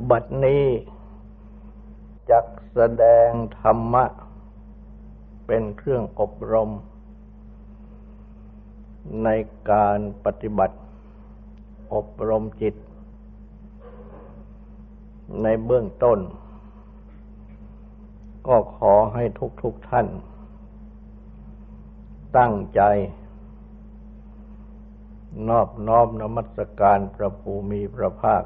บัดนี้จักแสดงธรรมะเป็นเครื่องอบรมในการปฏิบัติอบรมจิตในเบื้องต้นก็ขอให้ทุกท่านตั้งใจนอบน้อมนมัสการพระภูมิพระภาค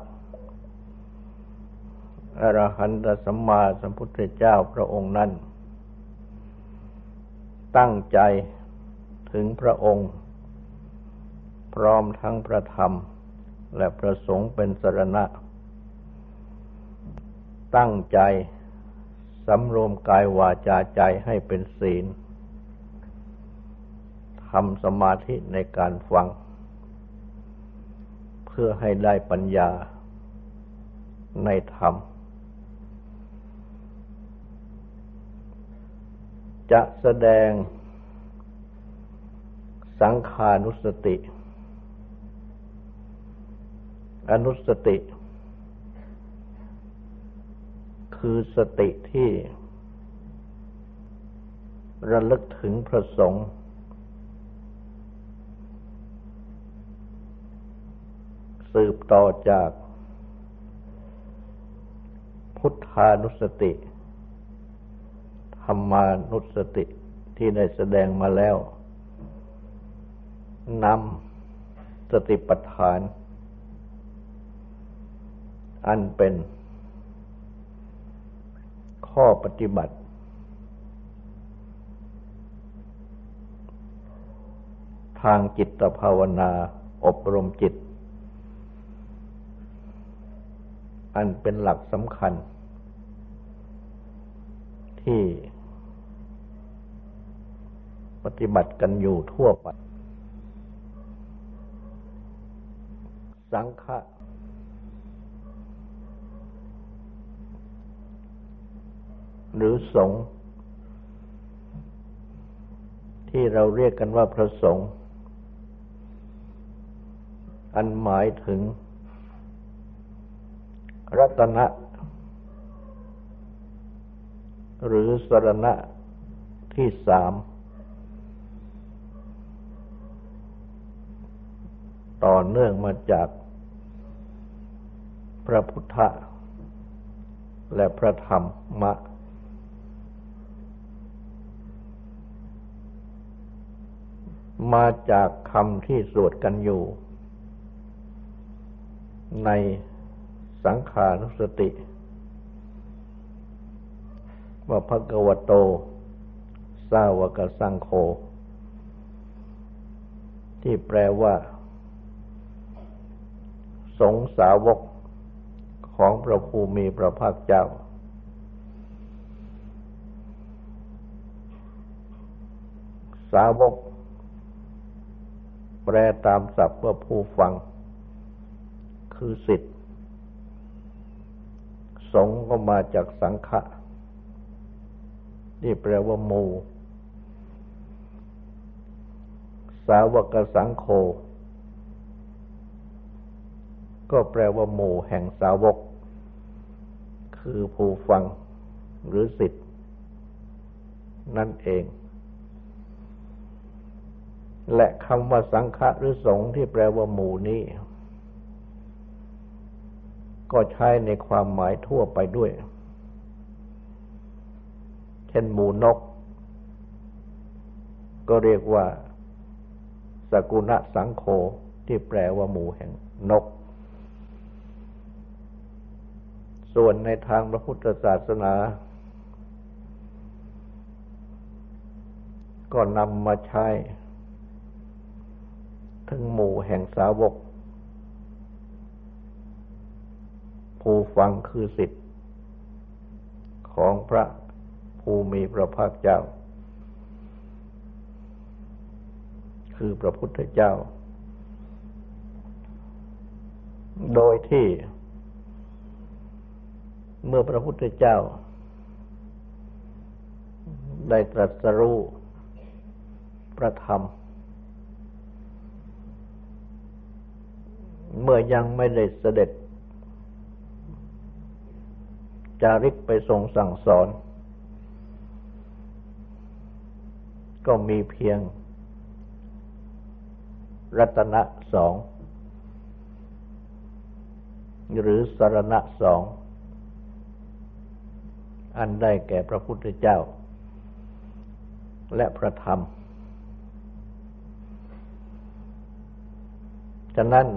อรหันตสัมมาสัมพุทธเจ้าพระองค์นั้นตั้งใจถึงพระองค์พร้อมทั้งพระธรรมและพระสงฆ์เป็นสรณะตั้งใจสำรวมกายวาจาใจให้เป็นศีลทำสมาธิในการฟังเพื่อให้ได้ปัญญาในธรรมจะแสดงสังขานุสติอนุสติคือสติที่ระลึกถึงพระสงฆ์สืบต่อจากพุทธานุสติธรรมานุสติที่ได้แสดงมาแล้วนำสติปัฏฐานอันเป็นข้อปฏิบัติทางจิตภาวนาอบรมจิตอันเป็นหลักสำคัญที่ปฏิบัติกันอยู่ทั่วไปสังฆะหรือสงฆ์ที่เราเรียกกันว่าพระสงฆ์อันหมายถึงรัตนะหรือสรณะที่สามต่อเนื่องมาจากพระพุทธและพระธรรมะมาจากคำที่สวดกันอยู่ในสังขานุสติว่าภควโตสาวกสังโฆที่แปลว่าสงฆ์สาวกของพระภูมิพระภาคเจ้าสาวกแปลตามศัพท์ว่าผู้ฟังคือศิษย์สงฆ์ก็มาจากสังฆะที่แปลว่าหมู่สาวกสังโฆก็แปลว่าหมู่แห่งสาวกคือผู้ฟังหรือศิษย์นั่นเองและคำว่าสังฆะหรือสงฆ์ที่แปลว่าหมู่นี้ก็ใช้ในความหมายทั่วไปด้วยเช่นหมู่นกก็เรียกว่าสกุณสังโฆที่แปลว่าหมู่แห่งนกส่วนในทางพระพุทธศาสนาก็นำมาใช้ถึงหมู่แห่งสาวกผู้ฟังคือศิษย์ของพระภูมิพระภาคเจ้าคือพระพุทธเจ้าโดยที่เมื่อพระพุทธเจ้าได้ตรัสรู้พระธรรม เมื่อยังไม่ได้เสด็จจาริกไปทรงสั่งสอนก็มีเพียงรัตนะสองหรือสรณะสองอันได้แก่พระพุทธเจ้าและพระธรรมฉะนั้น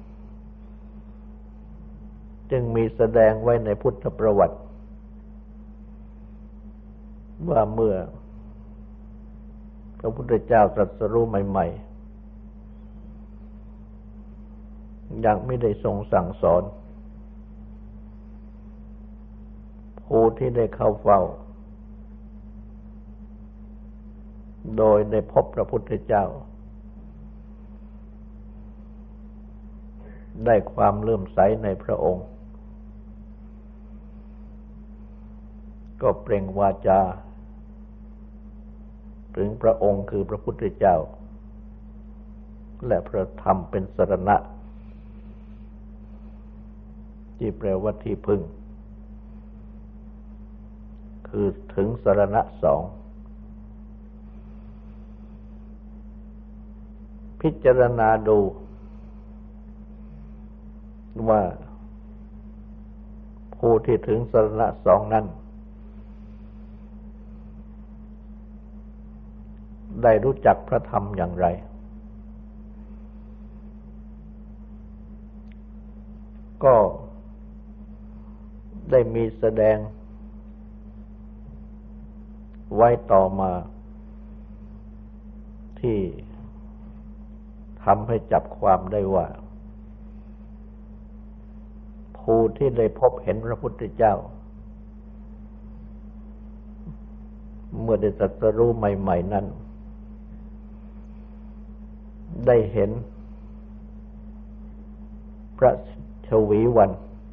จึงมีแสดงไว้ในพุทธประวัติว่าเมื่อพระพุทธเจ้าตรัสรู้ใหม่ๆยังไม่ได้ทรงสั่งสอนผู้ที่ได้เข้าเฝ้าโดยได้พบพระพุทธเจ้าได้ความเลื่อมใสในพระองค์ก็เปล่งวาจาถึงพระองค์คือพระพุทธเจ้าและพระธรรมเป็นสรณะที่แปลว่าที่พึ่งคือถึงสรณะสองพิจารณาดูว่าผู้ที่ถึงสรณะสองนั้นได้รู้จักพระธรรมอย่างไรก็ได้มีแสดงไว้ต่อมาที่ทำให้จับความได้ว่าผู้ที่ได้พบเห็นพระพุทธเจ้าเมื่อได้ตรัสรู้ใหม่ๆนั้นได้เห็นพระชวีวัน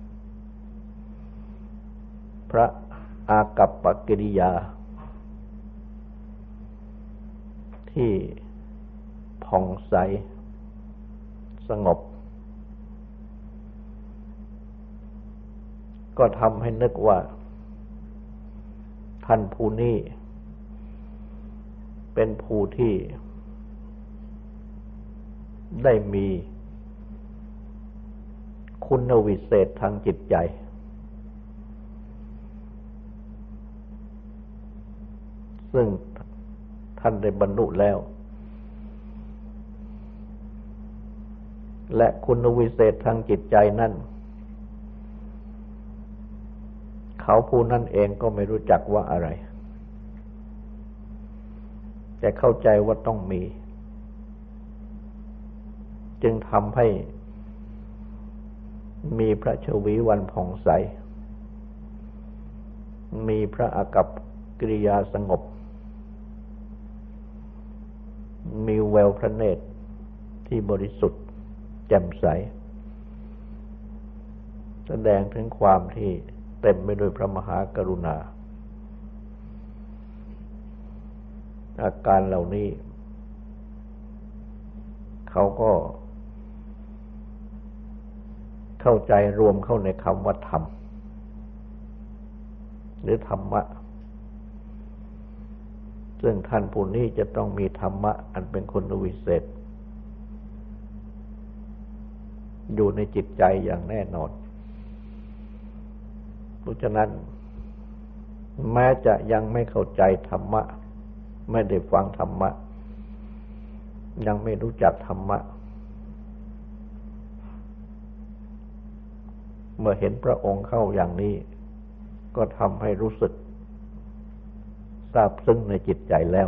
พระอากัปปกิริยาที่ผ่องใสสงบก็ทำให้นึกว่าท่านผู้นี้เป็นผู้ที่ได้มีคุณวิเศษทางจิตใจซึ่งท่านได้บรรลุแล้วและคุณวิเศษทางจิตใจนั้นเขาผู้นั้นเองก็ไม่รู้จักว่าอะไรแต่เข้าใจว่าต้องมีจึงทำให้มีพระชวีวันผ่องใสมีพระอากัปกิริยาสงบมีแววพระเนตรที่บริสุทธิ์แจ่มใสแสดงถึงความที่เต็มไปด้วยพระมหากรุณาอาการเหล่านี้เขาก็เข้าใจรวมเข้าในคำว่าธรรมหรือธรรมะซึ่งท่านผู้นี้จะต้องมีธรรมะอันเป็นคุณวิเศษอยู่ในจิตใจอย่างแน่นอนเพราะฉะนั้นแม้จะยังไม่เข้าใจธรรมะไม่ได้ฟังธรรมะยังไม่รู้จักธรรมะเมื่อเห็นพระองค์เข้าอย่างนี้ก็ทำให้รู้สึกซาบซึ้งในจิตใจแล้ว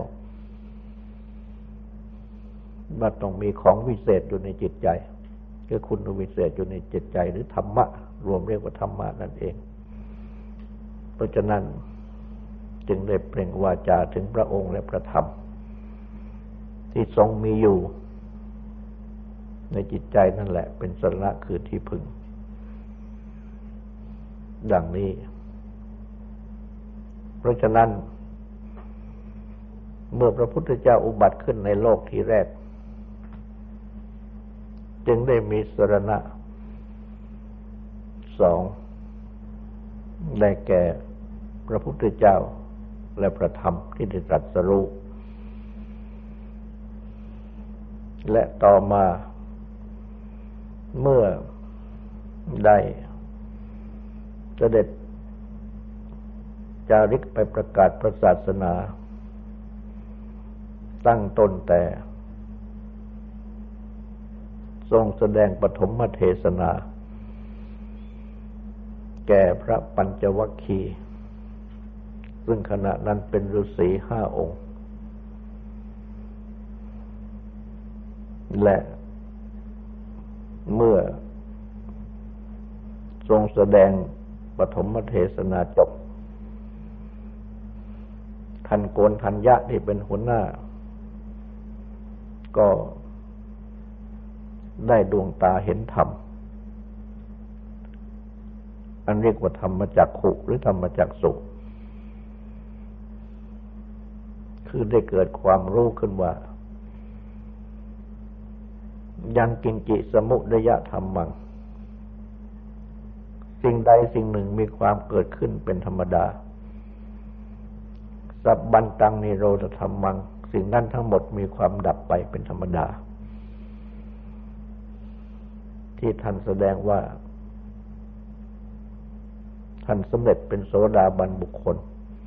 ว่าต้องมีของวิเศษอยู่ในจิตใจคือคุณวิเศษอยู่ในจิตใจหรือธรรมะรวมเรียกว่าธรรมะนั่นเองเพราะฉะนั้นจึงได้เปล่งวาจาถึงพระองค์และพระธรรมที่ทรงมีอยู่ในจิตใจนั่นแหละเป็นสรณะคือที่พึ่งดังนี้เพราะฉะนั้นเมื่อพระพุทธเจ้าอุบัติขึ้นในโลกทีแรกจึงได้มีสรณะสองได้แก่พระพุทธเจ้าและพระธรรมที่ได้ตรัสรู้และต่อมาเมื่อได้เสด็จจาริกไปประกาศพระศาสนาตั้งต้นแต่ทรงแสดงปฐมเทศนาแก่พระปัญจวัคคีย์ซึ่งขณะนั้นเป็นฤาษี5 องค์และเมื่อทรงแสดงปฐมเทศนาจบท่านโกณฑัญญะที่เป็นหัวหน้าก็ได้ดวงตาเห็นธรรมอันเรียกว่าธรรมจักขุหรือธรรมจักษุคือได้เกิดความรู้ขึ้นว่ายังกินจิสมุทัยธรรมังสิ่งใดสิ่งหนึ่งมีความเกิดขึ้นเป็นธรรมดาสัพบันตังนิโรธธรรมังสิ่งนั้นทั้งหมดมีความดับไปเป็นธรรมดาที่ท่านแสดงว่าท่านสำเร็จเป็นโสดาบันบุคคล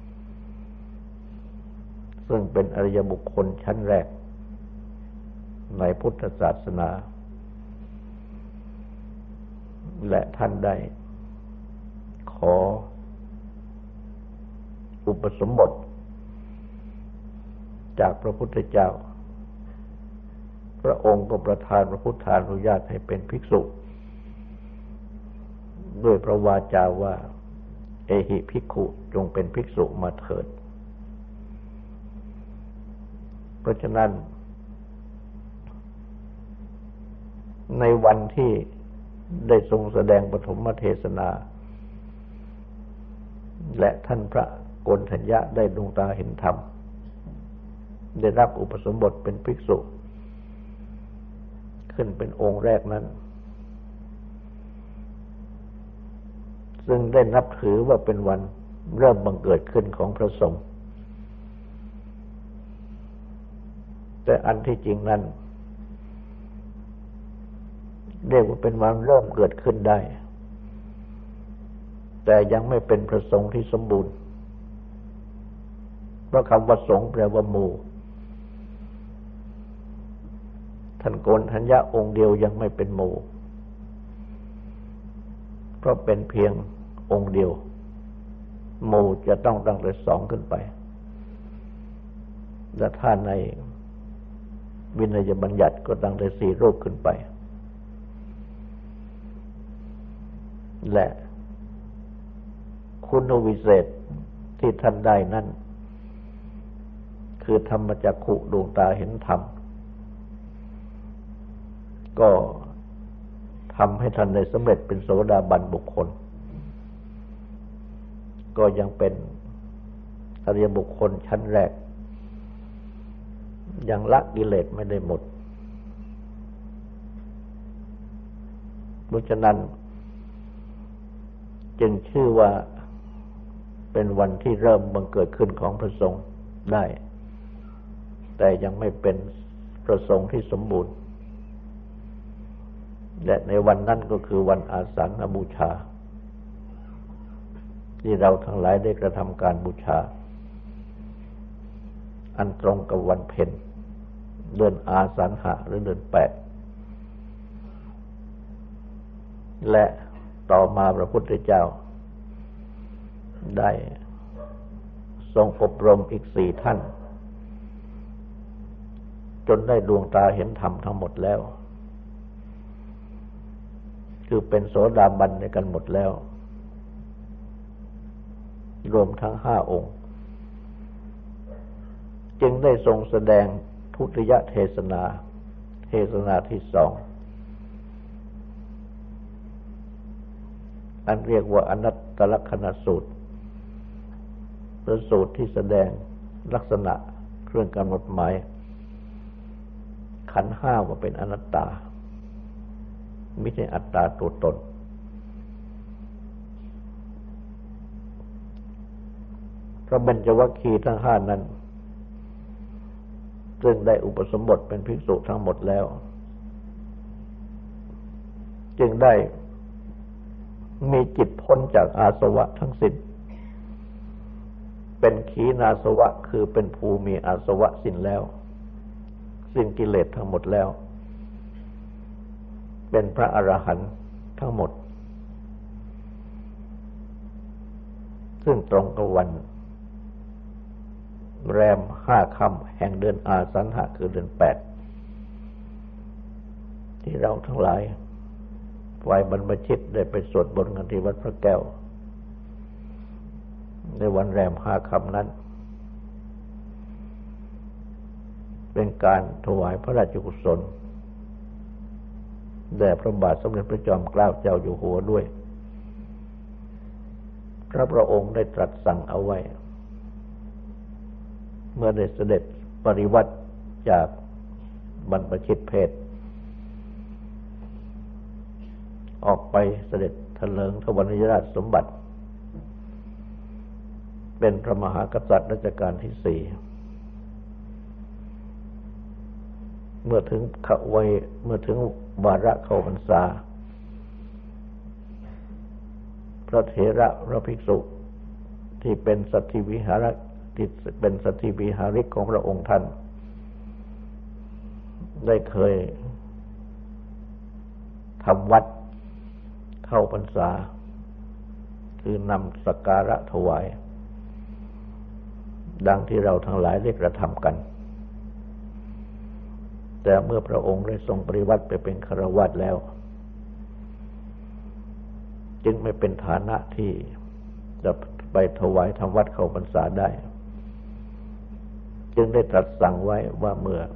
ซึ่งเป็นอริยบุคคลชั้นแรกในพุทธศาสนาและท่านได้ขออุปสมบทจากพระพุทธเจ้าพระองค์ก็ประทานพระพุทธานุญาตให้เป็นภิกษุด้วยพระวาจาว่าเอหิภิกขุจงเป็นภิกษุมาเถิดเพราะฉะนั้นในวันที่ได้ทรงแสดงปฐมเทศนาและท่านพระโกณฑัญญะได้ดวงตาเห็นธรรมได้รับอุปสมบทเป็นภิกษุขึ้นเป็นองค์แรกนั้นซึ่งได้นับถือว่าเป็นวันเริ่มบังเกิดขึ้นของพระสงฆ์แต่อันที่จริงนั้นเรียกว่าเป็นวันเริ่มเกิดขึ้นได้แต่ยังไม่เป็นพระสงฆ์ที่สมบูรณ์เพราะคำว่าสงฆ์แปลว่าหมู่ท่านโกณฑัญญะองค์เดียวยังไม่เป็นหมู่เพราะเป็นเพียงองค์เดียวหมู่จะต้องตั้งแต่2ขึ้นไปและถ้าในวินัยบัญญัติก็ตั้งแต่4รูปขึ้นไปและคุณวิเศษที่ท่านได้นั้นคือธรรมจักขุดวงตาเห็นธรรมก็ทำให้ท่านได้สำเร็จเป็นโสดาบันบุคคลก็ยังเป็นอริยบุคคลชั้นแรกยังละกิเลสไม่ได้หมดเพราะฉะนั้นจึงชื่อว่าเป็นวันที่เริ่มบังเกิดขึ้นของพระสงฆ์ได้แต่ยังไม่เป็นพระสงฆ์ที่สมบูรณ์และในวันนั้นก็คือวันอาสาฬหบูชาที่เราทั้งหลายได้กระทำการบูชาอันตรงกับวันเพ็ญเดือนอาสาฬหะหรือเดือน8และต่อมาพระพุทธเจ้าได้ทรงอบรมอีก4 ท่านจนได้ดวงตาเห็นธรรมทั้งหมดแล้วคือเป็นโสดาบันในกันหมดแล้วรวมทั้ง5 องค์จึงได้ทรงแสดงทุติยเทศนาที่2อันเรียกว่าอนัตตลักขณสูตรหรือสูตรที่แสดงลักษณะเครื่องกำหนดหมายขันธ์5ว่าเป็นอนัตตาไม่ใช่อัตตาตัวตนพระเบญจวัคคีย์ทั้งห้านั้นซึ่งได้อุปสมบทเป็นภิกษุทั้งหมดแล้วจึงได้มีจิตพ้นจากอาสวะทั้งสิ้นเป็นขีณาสวะคือเป็นภูมิอาสวะสิ้นแล้วสิ้นกิเลสทั้งหมดแล้วเป็นพระอรหันต์ทั้งหมดซึ่งตรงกับวันแรม5 ค่ำแห่งเดือนอาสันหะคือเดือน8ที่เราทั้งหลายฝ่ายบรรพชิตได้ไปสวดมนต์กันที่วัดพระแก้วในวันแรม5 ค่ำนั้นเป็นการถวายพระราชกุศลแด่พระบาทสมเด็จพระจอมเกล้าเจ้าอยู่หัวด้วยพระองค์ได้ตรัสสั่งเอาไว้เมื่อได้เสด็จปริวัติจากบรรพชิตเพศออกไปเสด็จเถลิงถวายราชสมบัติเป็นพระมหากษัตริย์รัชกาลที่ 4เมื่อถึงวาระเข้าพรรษาพระเถระพระภิกษุที่เป็นสัตถิวิหารของพระองค์ท่านได้เคยทำวัดเข้าพรรษาคือนำสักการะถวายดังที่เราทั้งหลายได้กระทำกันแต่เมื่อพระองค์ได้ทรงปริวัติไปเป็นฆราวาสแล้วจึงไม่เป็นฐานะที่จะไปถวายทำวัดเข้าพรรษาได้จึงได้ตรัสสั่งไว้ว่าเมื่อ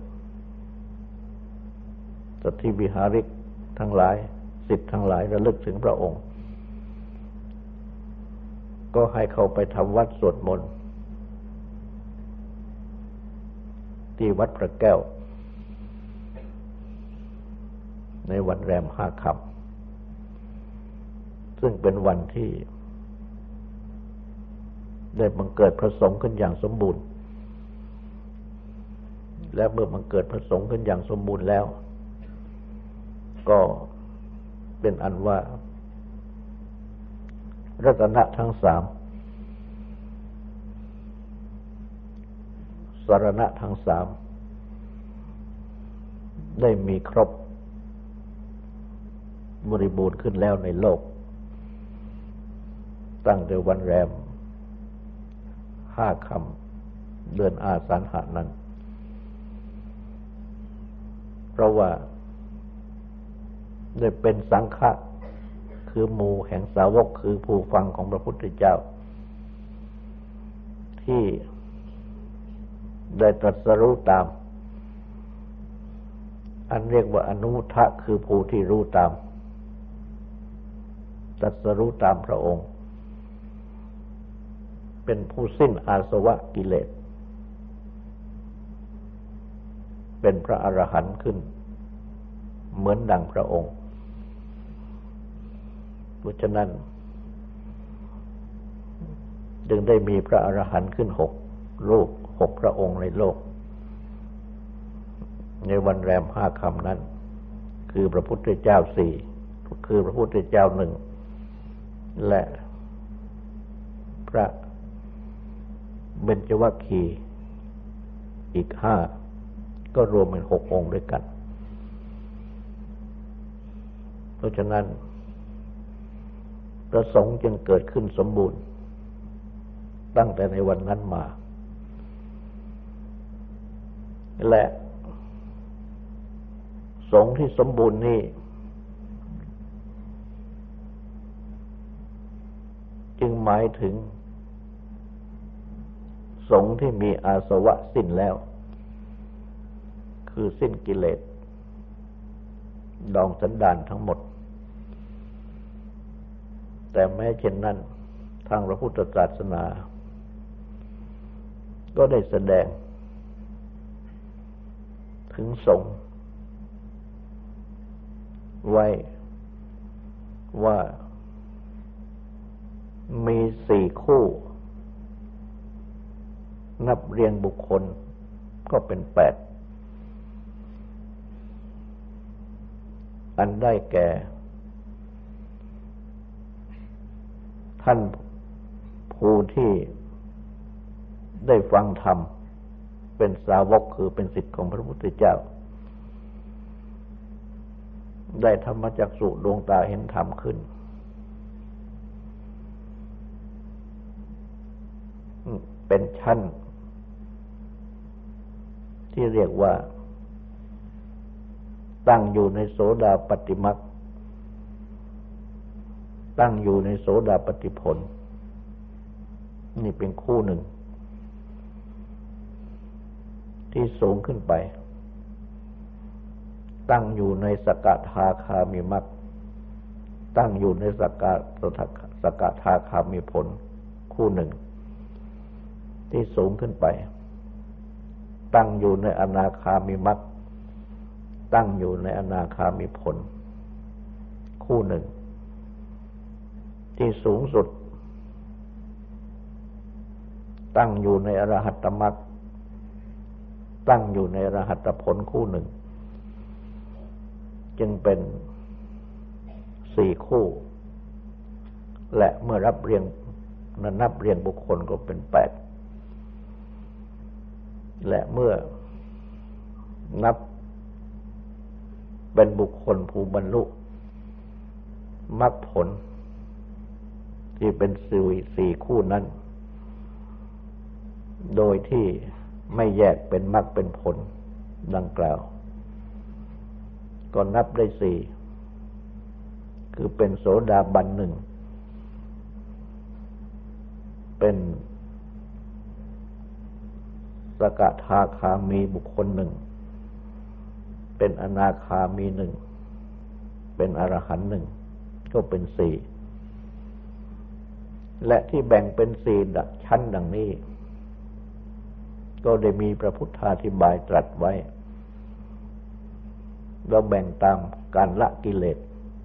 สัตถิวิหาริกทั้งหลายศิษย์ทั้งหลายระลึกถึงพระองค์ก็ให้เข้าไปทำวัดสวดมนต์ที่วัดพระแก้วในวันแรม5 ค่ำซึ่งเป็นวันที่ได้บังเกิดพระสงฆ์ขึ้นอย่างสมบูรณ์และเมื่อบังเกิดพระสงฆ์ขึ้นอย่างสมบูรณ์แล้วก็เป็นอันว่ารัตนะทั้ง 3สรณะทั้ง 3ได้มีครบบริบูรณ์ขึ้นแล้วในโลกตั้งแต่วันแรม5 ค่ำเดือนอาสันหะนั้นเพราะว่าได้เป็นสังฆะคือหมู่แห่งสาวกคือผู้ฟังของพระพุทธเจ้าที่ได้ตรัสรู้ตามอันเรียกว่าอนุทะคือผู้ที่รู้ตามตรัสรู้ตามพระองค์เป็นผู้สิ้นอาสวะกิเลสเป็นพระอรหันต์ขึ้นเหมือนดังพระองค์เพราะฉะนั้นจึงได้มีพระอรหันต์ขึ้น6 รูป 6 พระองค์ในโลกในวันแรม5 ค่ำนั้นคือพระพุทธเจ้า4คือพระพุทธเจ้า1และพระเบญจวัคคีย์อีก5ก็รวมเป็น6 องค์ด้วยกันเพราะฉะนั้นพระสงฆ์จึงเกิดขึ้นสมบูรณ์ตั้งแต่ในวันนั้นมาและสงฆ์ที่สมบูรณ์นี้จึงหมายถึงสงฆ์ที่มีอาสวะสิ้นแล้วคือสิ้นกิเลสดองสันดานทั้งหมดแต่แม้เช่นนั้นทางพระพุทธศาสนาก็ได้แสดงถึงสงฆ์ไว้ว่ามี4 คู่นับเรียงบุคคลก็เป็น8อันได้แก่ท่านผู้ที่ได้ฟังธรรมเป็นสาวกคือเป็นศิษย์ของพระพุทธเจ้าได้ธรรมจักษุดวงตาเห็นธรรมขึ้นเป็นชั้นที่เรียกว่าตั้งอยู่ในโสดาปัตติมรรคตั้งอยู่ในโสดาปัตติผลนี่เป็นคู่หนึ่งที่สูงขึ้นไปตั้งอยู่ในสกทาคามิมรรคตั้งอยู่ในสกทาคามิผลคู่หนึ่งที่สูงขึ้นไปตั้งอยู่ในอนาคามิมรรคตั้งอยู่ในอนาคามิผลคู่หนึ่งที่สูงสุดตั้งอยู่ในอรหัตตมรรคตั้งอยู่ในอรหัตตผลคู่หนึ่งจึงเป็น4คู่และเมื่อนับเรียงบุคคลก็เป็น8และเมื่อนับเป็นบุคคลผู้บรรลุมรรคผลที่เป็น4คู่นั้นโดยที่ไม่แยกเป็นมรรคเป็นผลดังกล่าวก็นับได้4คือเป็นโสดาบัน1เป็นสกทาคามีบุคคล1เป็นอนาคามี1เป็นอรหันต์1ก็เป็น4และที่แบ่งเป็น4ชั้นดังนี้ก็ได้มีพระพุทธาธิบายตรัสไว้เราแบ่งตามการละกิเลส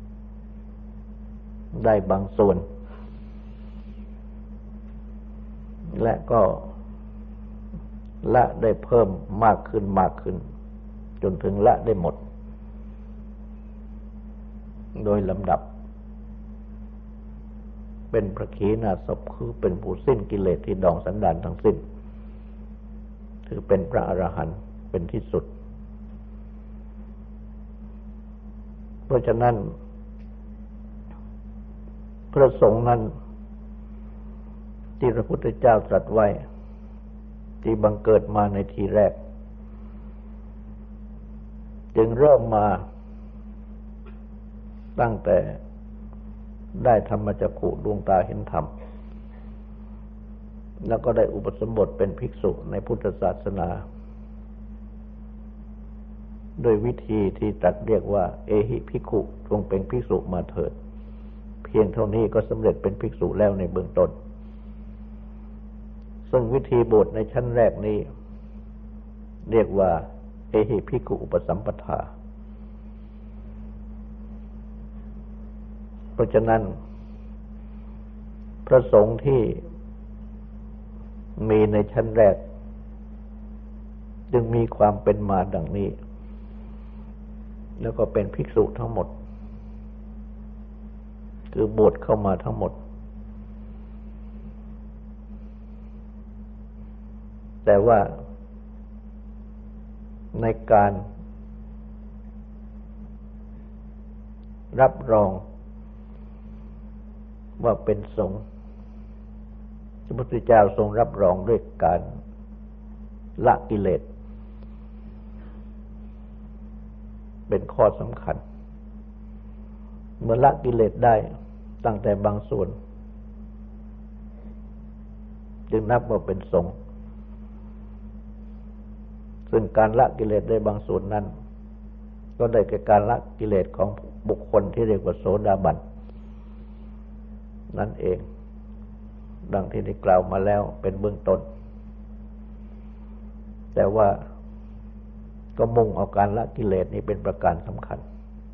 ได้บางส่วนและก็ละได้เพิ่มมากขึ้นจนถึงละได้หมดโดยลำดับเป็นพระขีณาสพคือเป็นผู้สิ้นกิเลสที่ดองสันดานทั้งสิ้นถือเป็นพระอรหันต์เป็นที่สุดเพราะฉะนั้นพระสงฆ์นั้นที่พระพุทธเจ้าตรัสไว้ที่บังเกิดมาในทีแรกจึงเริ่มมาตั้งแต่ได้ธรรมจักขุดวงตาเห็นธรรมแล้วก็ได้อุปสมบทเป็นภิกษุในพุทธศาสนาโดยวิธีที่ตรัสเรียกว่าเอหิภิกขุจงเป็นภิกษุมาเถิดเพียงเท่านี้ก็สำเร็จเป็นภิกษุแล้วในเบื้องต้นซึ่งวิธีบวชในชั้นแรกนี้เรียกว่าเอหิภิกขุอุปสัมปทาเพราะฉะนั้นพระสงฆ์ที่มีในชั้นแรกจึงมีความเป็นมาดังนี้แล้วก็เป็นภิกษุทั้งหมดคือบวชเข้ามาทั้งหมดแต่ว่าในการรับรองว่าเป็นสงฆ์พระพุทธเจ้าทรงรับรองด้วยการละกิเลสเป็นข้อสำคัญเมื่อละกิเลสได้ตั้งแต่บางส่วนจึงนับว่าเป็นสงฆ์ซึ่งการละกิเลสได้บางส่วนนั้นก็ได้แก่การละกิเลสของบุคคลที่เรียกว่าโสดาบันนั่นเองดังที่ได้กล่าวมาแล้วเป็นเบื้องต้นแต่ว่าก็มุ่งเอาการละกิเลสนี้เป็นประการสำคัญ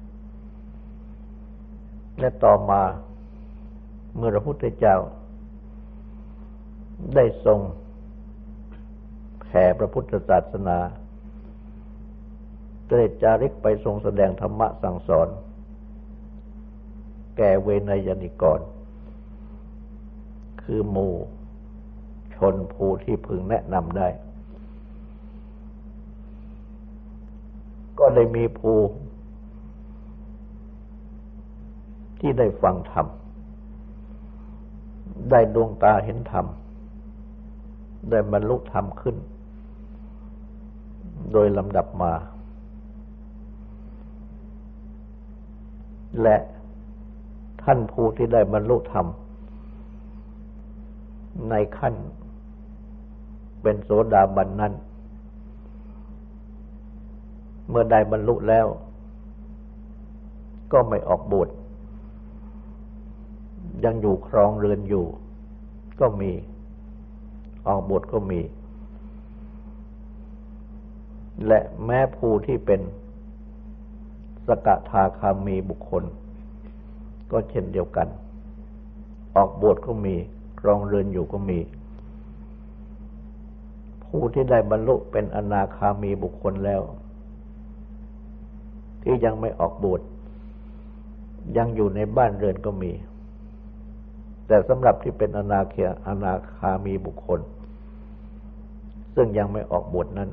และต่อมาเมื่อพระพุทธเจ้าได้ทรงผ่พระพุทธศาสนาเสด็จจาริกไปทรงแสดงธรรมะสั่งสอนแก่เวนยนิกรคือหมู่ชนผู้ที่พึงแนะนำได้ก็ได้มีผู้ที่ได้ฟังธรรมได้ดวงตาเห็นธรรมได้บรรลุธรรมขึ้นโดยลำดับมาและท่านผู้ที่ได้บรรลุธรรมในขั้นเป็นโสดาบันนั้นเมื่อได้บรรลุแล้วก็ไม่ออกบวชยังอยู่ครองเรือนอยู่ก็มีออกบวชก็มีและแม้ผู้ที่เป็นสกทาคามีบุคคลก็เช่นเดียวกันออกบวชก็มีครองเรือนอยู่ก็มีผู้ที่ได้บรรลุเป็นอนาคามีบุคคลแล้วที่ยังไม่ออกบวชยังอยู่ในบ้านเรือนก็มีแต่สำหรับที่เป็นอนาคามีบุคคลซึ่งยังไม่ออกบวชนั้น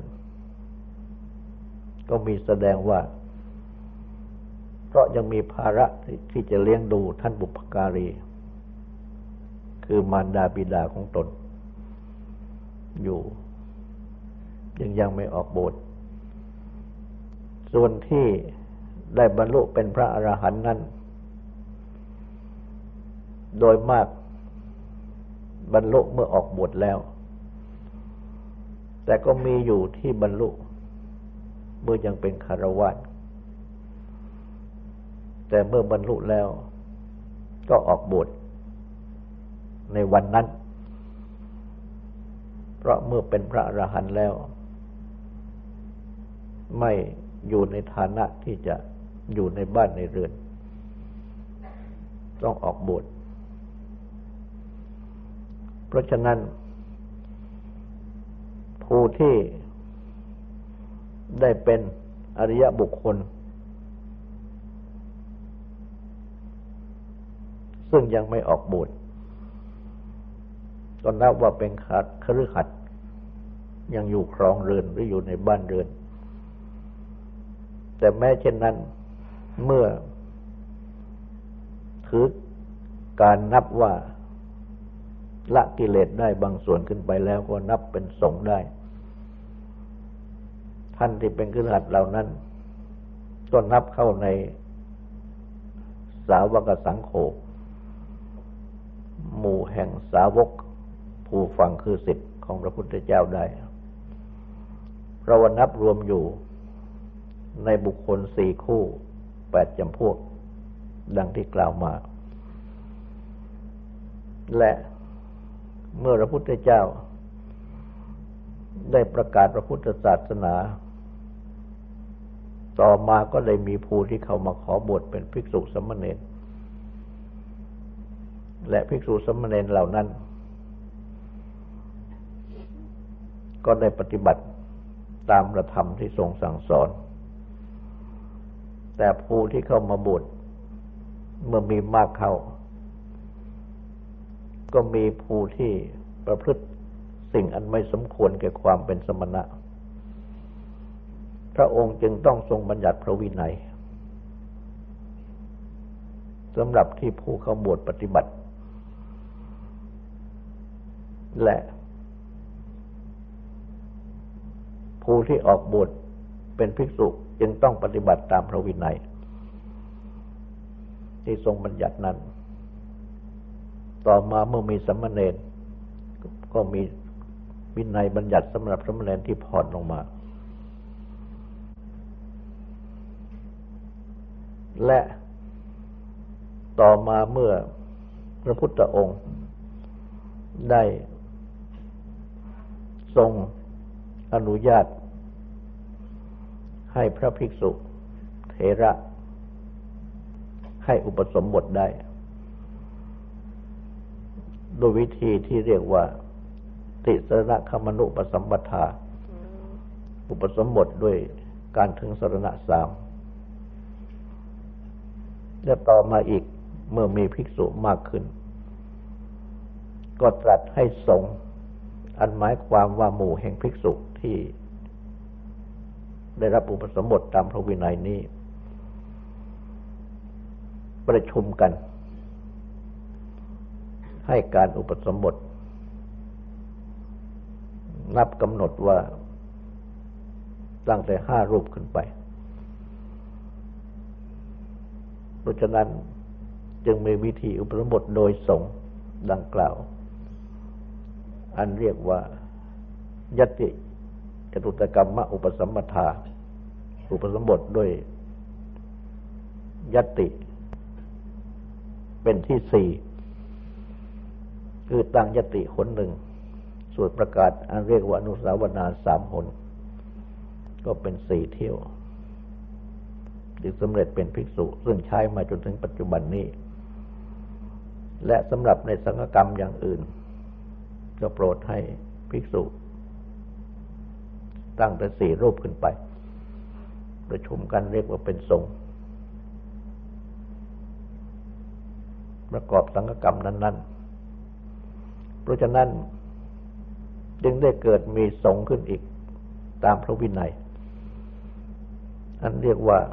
ก็มีแสดงว่าเพราะยังมีภาระที่จะเลี้ยงดูท่านบุพการีคือมารดาบิดาของตนอยู่ยังไม่ออกบวชส่วนที่ได้บรรลุเป็นพระอรหันต์นั้นโดยมากบรรลุเมื่อออกบวชแล้วแต่ก็มีอยู่ที่บรรลุเมื่อยังเป็นคฤหัสถ์แต่เมื่อบรรลุแล้วก็ออกบวชในวันนั้นเพราะเมื่อเป็นพระอรหันต์แล้วไม่อยู่ในฐานะที่จะอยู่ในบ้านในเรือนต้องออกบวชเพราะฉะนั้นผู้ที่ได้เป็นอริยบุคคลซึ่งยังไม่ออกบวชก็นับว่าเป็นคฤหัสถ์ยังอยู่ครองเรือนหรืออยู่ในบ้านเรือนแต่แม้เช่นนั้นเมื่อถือการนับว่าละกิเลสได้บางส่วนขึ้นไปแล้วก็นับเป็นสงฆ์ได้ท่านที่เป็นคฤหัสถ์เหล่านั้นก็นับเข้าในสาวกสังโฆหมู่แห่งสาวกผู้ฟังคือศิษย์ของพระพุทธเจ้าได้เพราะว่านับรวมอยู่ในบุคคล4 คู่ 8 จำพวกดังที่กล่าวมาและเมื่อพระพุทธเจ้าได้ประกาศพระพุทธศาสนาต่อมาก็ได้มีผู้ที่เข้ามาขอบวชเป็นภิกษุสามเณรและภิกษุสามเณรเหล่านั้นก็ได้ปฏิบัติตามพระธรรมที่ทรงสั่งสอนแต่ผู้ที่เข้ามาบวชเมื่อมีมากเข้าก็มีผู้ที่ประพฤติสิ่งอันไม่สมควรแก่ความเป็นสมณะพระองค์จึงต้องทรงบัญญัติพระวินัยสำหรับที่ผู้เข้าบวชปฏิบัติและผู้ที่ออกบวชเป็นภิกษุจึงต้องปฏิบัติตามพระวินัยที่ทรงบัญญัตินั้นต่อมาเมื่อมีสามเณรก็มีวินัยบัญญัติสำหรับสามเณรที่ผ่อนลงมาและต่อมาเมื่อพระพุทธองค์ได้ทรงอนุญาตให้พระภิกษุเถระให้อุปสมบทได้โดยวิธีที่เรียกว่าติสรณคมนุปสัมปทาอุปสมบทด้วยการถึงสรณะสามและต่อมาอีกเมื่อมีภิกษุมากขึ้นก็ตรัสให้สงฆ์อันหมายความว่าหมู่แห่งภิกษุที่ได้รับอุปสมบทตามพระวินัยนี้ประชุมกันให้การอุปสมบทนับกำหนดว่าตั้งแต่5 รูปขึ้นไปเพราะฉะนั้นจึงมีวิธีอุปสมบทโดยสงฆ์ดังกล่าวอันเรียกว่ายัตติจตุตกรรมอุปสัมปทาอุปสมบทด้วยยัตติเป็นที่4คือตั้งยัตติหนหนึ่งสวดประกาศอันเรียกว่าอนุสาวนา3 หนก็เป็น4 เที่ยวจึงสำเร็จเป็นภิกษุซึ่งใช้มาจนถึงปัจจุบันนี้และสำหรับในสังฆกรรมอย่างอื่นก็โปรดให้ภิกษุตั้งแต่4 รูปขึ้นไปประชุมกันเรียกว่าเป็นสงฆ์ประกอบสังฆกรรมนั้นๆเพราะฉะนั้นจึงได้เกิดมีสงฆ์ขึ้นอีกตามพระวินัยอันเรียกว่า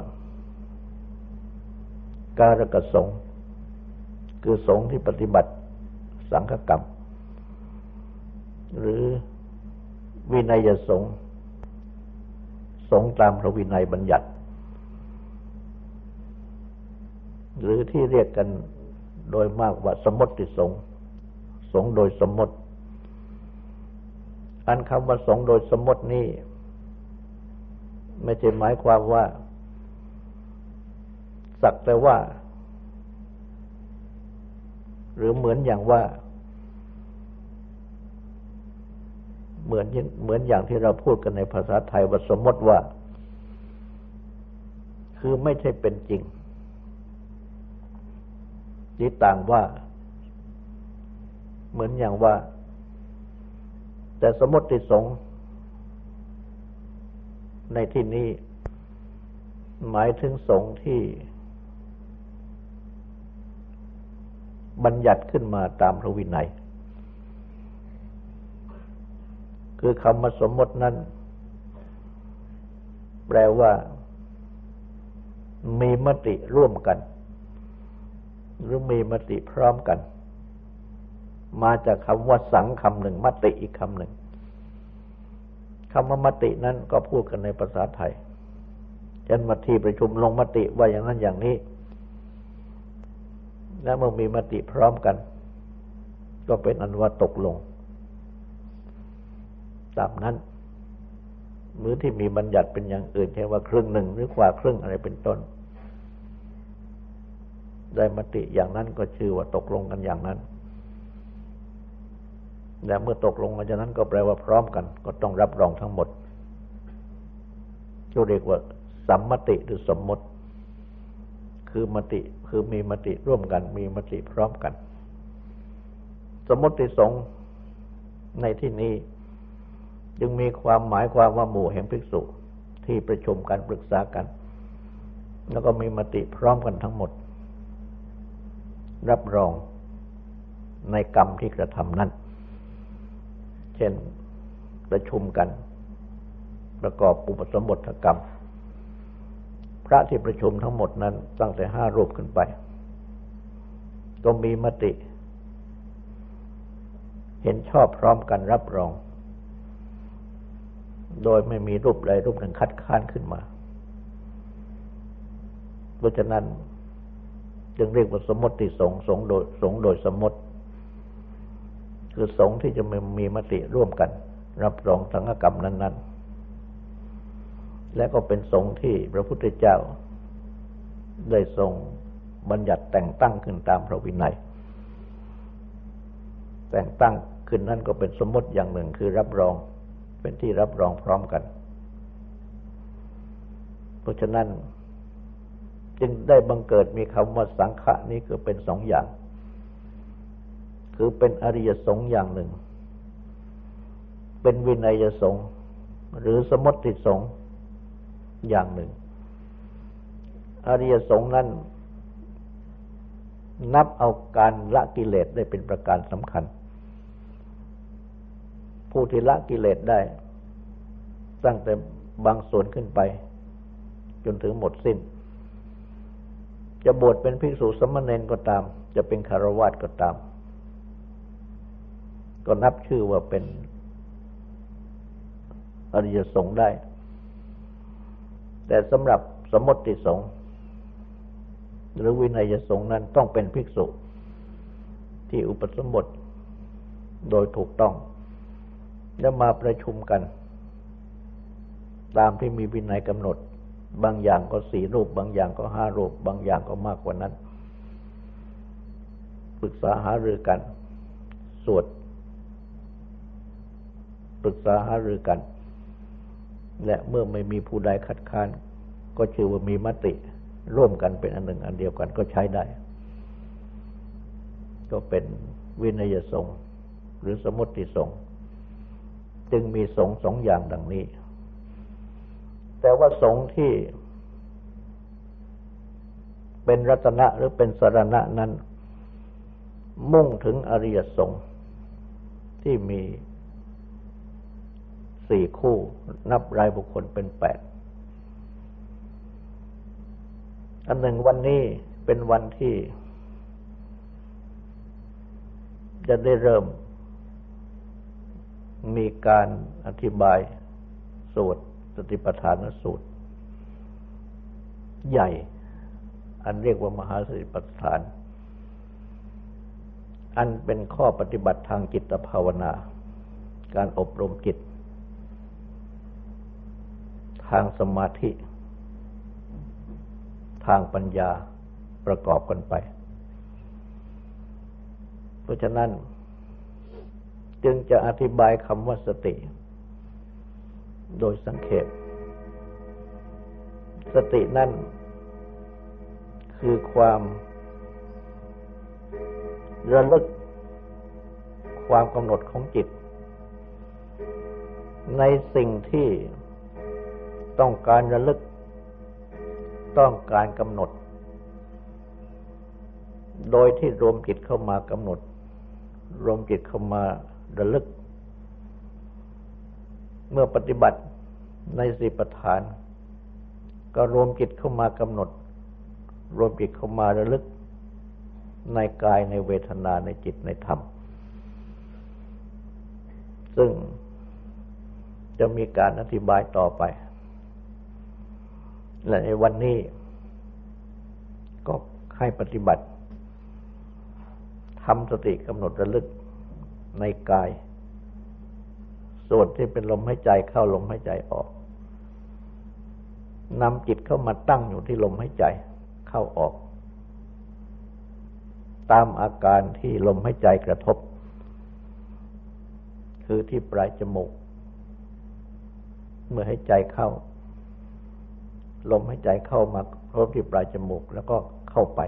การกสงฆ์คือสงฆ์ที่ปฏิบัติสังฆกรรมหรือวินัยสงฆ์สงฆ์ตามพระวินัยบัญญัติหรือที่เรียกกันโดยมากว่าสมมติสงฆ์สงฆ์โดยสมมติอันคำว่าสงฆ์โดยสมมตินี้ไม่ใช่หมายความว่าสักแต่ว่าหรือเหมือนอย่างว่าเหมือนอย่างที่เราพูดกันในภาษาไทยว่าสมมติว่าคือไม่ใช่เป็นจริงที่ต่างว่าเหมือนอย่างว่าแต่สมมติสงฆ์ในที่นี้หมายถึงสงฆ์ที่บัญญัติขึ้นมาตามพระวินัยคือคำว่าสมมตินั้นแปลว่ามีมติร่วมกันหรือมีมติพร้อมกันมาจากคำว่าสังคำหนึ่งมติอีกคำหนึ่งคำว่ามตินั้นก็พูดกันในภาษาไทยเช่นมาที่ประชุมลงมติว่าอย่างนั้นอย่างนี้และเมื่อมีมติพร้อมกันก็เป็นอันว่าตกลงตามนั้นหรือที่มีบัญญัติเป็นอย่างอื่นเช่นว่าครึ่งหนึ่งหรือกว่าครึ่งอะไรเป็นต้นได้มติอย่างนั้นก็ชื่อว่าตกลงกันอย่างนั้นและเมื่อตกลงกันอย่างนั้นก็แปลว่าพร้อมกันก็ต้องรับรองทั้งหมดเรียกว่าสัมมติหรือสมมติคือมติคือมีมติร่วมกันมีมติพร้อมกันสมมติสงฆ์ในที่นี้จึงมีความหมายความว่าหมู่แห่งภิกษุที่ประชุมกันปรึกษากันแล้วก็มีมติพร้อมกันทั้งหมดรับรองในกรรมที่กระทำนั้นเช่นประชุมกันประกอบอุปสมบทกรรมพระที่ประชุมทั้งหมดนั้นตั้งแต่5 รูปขึ้นไปก็มีมติเห็นชอบพร้อมกันรับรองโดยไม่มีรูปใดรูปหนึ่งคัดค้านขึ้นมาเพราะฉะนั้นจึงเรียกว่าสมมติสงฆ์สงฆ์โดยสมมติคือสงฆ์ที่จะมีมติร่วมกันรับรองสังฆกรรมนั้นๆและก็เป็นสงฆ์ที่พระพุทธเจ้าได้ทรงบัญญัติแต่งตั้งขึ้นตามพระวินัยแต่งตั้งขึ้นนั้นก็เป็นสมมติอย่างหนึ่งคือรับรองเป็นที่รับรองพร้อมกันเพราะฉะนั้นจึงได้บังเกิดมีคำว่าสังฆะนี้คือเป็น2 อย่างคือเป็นอริยสงฆ์อย่างหนึ่งเป็นวินัยสงฆ์หรือสมมติสงฆ์อย่างหนึ่งอริยสงฆ์นั้นนับเอาการละกิเลสได้เป็นประการสำคัญผู้ที่ละกิเลสได้ตั้งแต่บางส่วนขึ้นไปจนถึงหมดสิ้นจะบวชเป็นภิกษุสมณเณรก็ตามจะเป็นฆราวาสก็ตามก็นับชื่อว่าเป็นอริยสงฆ์ได้แต่สำหรับสมมติสงฆ์หรือวินัยสงฆ์นั้นต้องเป็นภิกษุที่อุปสมบทโดยถูกต้องแล้วมาประชุมกันตามที่มีวินัยกำหนดบางอย่างก็4 รูปบางอย่างก็5 รูปบางอย่างก็มากกว่านั้นปรึกษาหารือกันสวดปรึกษาหารือกันและเมื่อไม่มีผู้ใดคัดค้านก็ชื่อว่ามีมติร่วมกันเป็นอันหนึ่งอันเดียวกันก็ใช้ได้ก็เป็นวินัยสงฆ์หรือสมมติสงฆ์จึงมีสงฆ์2 อย่างดังนี้แต่ว่าสงฆ์ที่เป็นรัตนะหรือเป็นสรณะนั้นมุ่งถึงอริยสงฆ์ที่มี4 คู่นับรายบุคคลเป็น8อันหนึ่งวันนี้เป็นวันที่จะได้เริ่มมีการอธิบายสวดสติปัฏฐานสูตรใหญ่อันเรียกว่ามหาสติปัฏฐานอันเป็นข้อปฏิบัติทางจิตภาวนาการอบรมจิตทางสมาธิทางปัญญาประกอบกันไปเพราะฉะนั้นจึงจะอธิบายคำว่าสติโดยสังเขปสตินั่นคือความระลึกความกำหนดของจิตในสิ่งที่ต้องการระลึกต้องการกำหนดโดยที่รวมจิตเข้ามากำหนดรวมจิตเข้ามาระลึกเมื่อปฏิบัติในสติปัฏฐานก็รวมจิตเข้ามากำหนดรวมจิตเข้ามาระลึกในกายในเวทนาในจิตในธรรมซึ่งจะมีการอธิบายต่อไปและในวันนี้ก็ให้ปฏิบัติทำสติกำหนดระลึกในกายส่วนที่เป็นลมหายใจเข้าลมหายใจออกนำจิตเข้ามาตั้งอยู่ที่ลมหายใจเข้าออกตามอาการที่ลมหายใจกระทบคือที่ปลายจมูกเมื่อหายใจเข้าลมหายใจเข้ามากระทบที่ปลายจมูกแล้วก็เข้าไป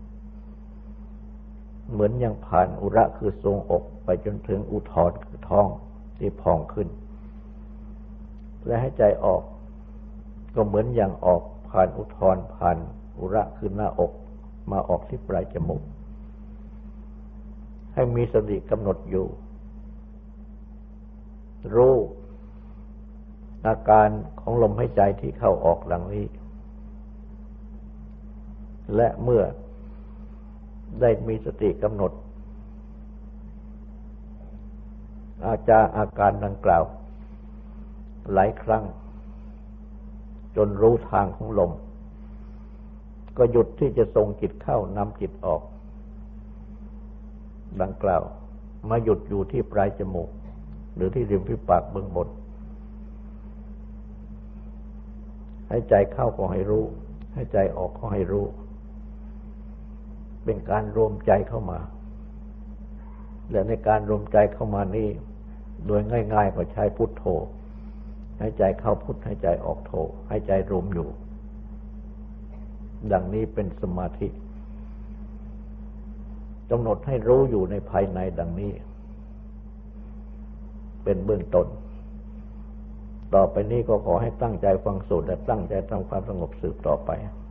เหมือนยังผ่านอุระคือทรวงอกไปจนถึงอุทธรคือท้องที่พองขึ้นและหายใจออกก็เหมือนอย่างออกผ่านอุทธรผ่านอุระคือหน้าอกมาออกที่ปลายจมูกให้มีสติกำหนดอยู่รู้อาการของลมหายใจที่เข้าออกหลังนี้และเมื่อได้มีสติกำหนดอาการดังกล่าวหลายครั้งจนรู้ทางของลมก็หยุดที่จะส่งจิตเข้านำจิตออกดังกล่าวมาหยุดอยู่ที่ปลายจมูกหรือที่ริมฝีปากเบื้องบนให้ใจเข้าก็ให้รู้ให้ใจออกก็ให้รู้เป็นการรวมใจเข้ามาและในการรวมใจเข้ามานี้โดยง่ายๆก็ใช้พุทโธให้ใจเข้าพุทให้ใจออกโธให้ใจรวมอยู่ดังนี้เป็นสมาธิกำหนดให้รู้อยู่ในภายในดังนี้เป็นเบื้องต้นต่อไปนี้ก็ขอให้ตั้งใจฟังสูตรและตั้งใจทำความสงบสืบต่อไป